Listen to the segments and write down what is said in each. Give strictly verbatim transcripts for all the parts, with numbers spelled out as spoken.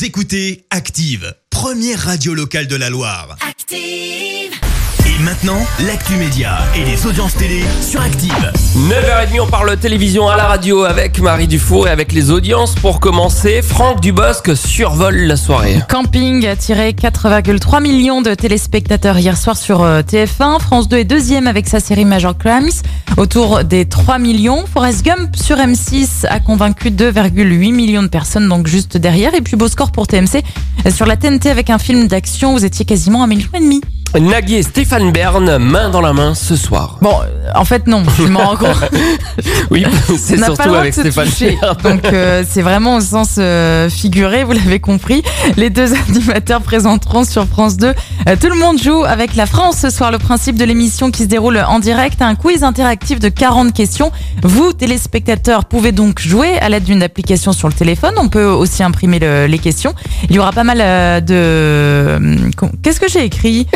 Vous écoutez Active, première radio locale de la Loire. Active. Et maintenant, l'actu média et les audiences télé sur Active. neuf heures trente, on parle télévision à la radio avec Marie Dufour et avec les audiences. Pour commencer, Franck Dubosc survole la soirée. Camping a tiré quatre virgule trois millions de téléspectateurs hier soir sur T F un. France deux est deuxième avec sa série Major Crimes, autour des trois millions. Forrest Gump sur M six a convaincu deux virgule huit millions de personnes, donc juste derrière. Et puis beau score pour T M C sur la T N T avec un film d'action, vous étiez quasiment un million et demi. Nagui et Stéphane Bern, main dans la main ce soir. Bon, en fait non, je m'en rends compte. Oui, c'est surtout avec Stéphane Bern. Donc euh, c'est vraiment au sens euh, figuré, vous l'avez compris. Les deux animateurs présenteront sur France deux euh, Tout le monde joue avec la France ce soir. Le principe de l'émission qui se déroule en direct, un quiz interactif de quarante questions. Vous, téléspectateurs, pouvez donc jouer à l'aide d'une application sur le téléphone. On peut aussi imprimer le, les questions. Il y aura pas mal euh, de... Qu'est-ce que j'ai écrit?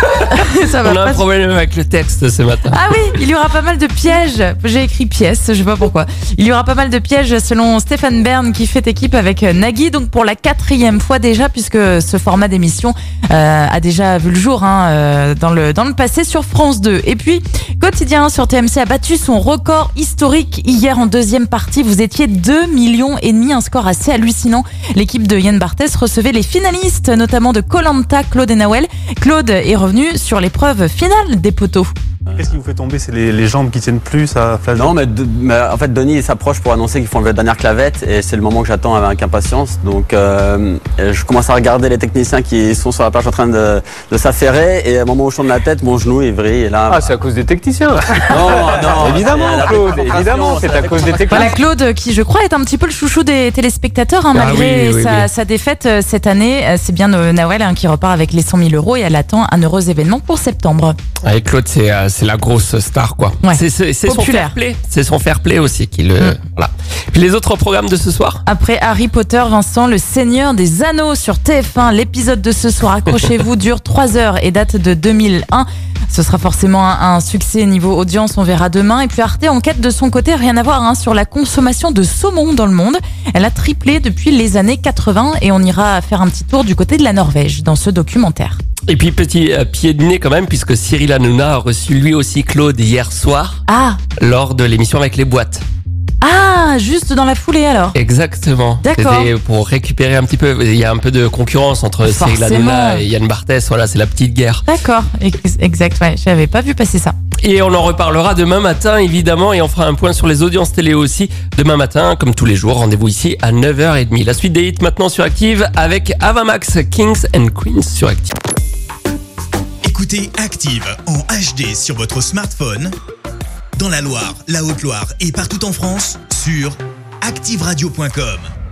Ça va On a pas un problème avec le texte ce matin. Ah oui, il y aura pas mal de pièges. J'ai écrit pièces, je sais pas pourquoi. Il y aura pas mal de pièges selon Stéphane Bern qui fait équipe avec Nagui, donc pour la quatrième fois déjà, puisque ce format d'émission euh, a déjà vu le jour hein, euh, dans le dans le passé sur France deux. Et puis Quotidien sur T M C a battu son record historique hier en deuxième partie. Vous étiez deux millions et demi, un score assez hallucinant. L'équipe de Yann Barthès recevait les finalistes, notamment de Koh-Lanta, Claude et Nawel. Claude est revenu sur l'épreuve finale des poteaux. Qu'est-ce qui vous fait tomber? C'est les, les jambes qui tiennent plus, ça flash? Non, mais, de, mais en fait, Denis il s'approche pour annoncer qu'ils font la dernière clavette et c'est le moment que j'attends avec impatience. Donc, euh, je commence à regarder les techniciens qui sont sur la plage en train de, de s'affairer et au moment où je tourne la tête, mon genou est vrillé. Et là, ah, c'est à cause des techniciens. Non, non, évidemment, Claude, évidemment, c'est à cause des techniciens. Voilà, Claude, qui je crois est un petit peu le chouchou des téléspectateurs, hein, Ah malgré oui, oui, sa, oui. sa défaite cette année. C'est bien Nawel hein, qui repart avec les cent mille euros et elle attend un heureux événement pour septembre. Avec Claude, c'est euh, c'est la grosse star quoi. Ouais. C'est c'est c'est son Populaire. fair play, c'est son fair play aussi qui le Mm. voilà. Puis les autres programmes de ce soir. Après Harry Potter, Vincent, le Seigneur des Anneaux sur T F un. L'épisode de ce soir, accrochez-vous, dure trois heures et date de deux mille un. Ce sera forcément un, un succès niveau audience, on verra demain. Et puis Arte enquête de son côté, rien à voir hein, sur la consommation de saumon dans le monde. Elle a triplé depuis les années quatre-vingts et on ira faire un petit tour du côté de la Norvège dans ce documentaire. Et puis petit euh, pied de nez quand même puisque Cyril Hanouna a reçu lui aussi Claude hier soir Ah, lors de l'émission avec les boîtes. ah, juste dans la foulée alors. Exactement. D'accord. C'était pour récupérer un petit peu. Il y a un peu de concurrence entre Cyril Forcément. Hanouna et Yann Barthès. Voilà, c'est la petite guerre. D'accord, ex- exact, ouais, j'avais pas vu passer ça. Et on en reparlera demain matin, évidemment, et on fera un point sur les audiences télé aussi. Demain matin, comme tous les jours, rendez-vous ici à neuf heures trente. La suite des hits maintenant sur Active avec Avamax, Kings and Queens sur Active. Écoutez Active en H D sur votre smartphone, dans la Loire, la Haute-Loire et partout en France, sur active radio point com.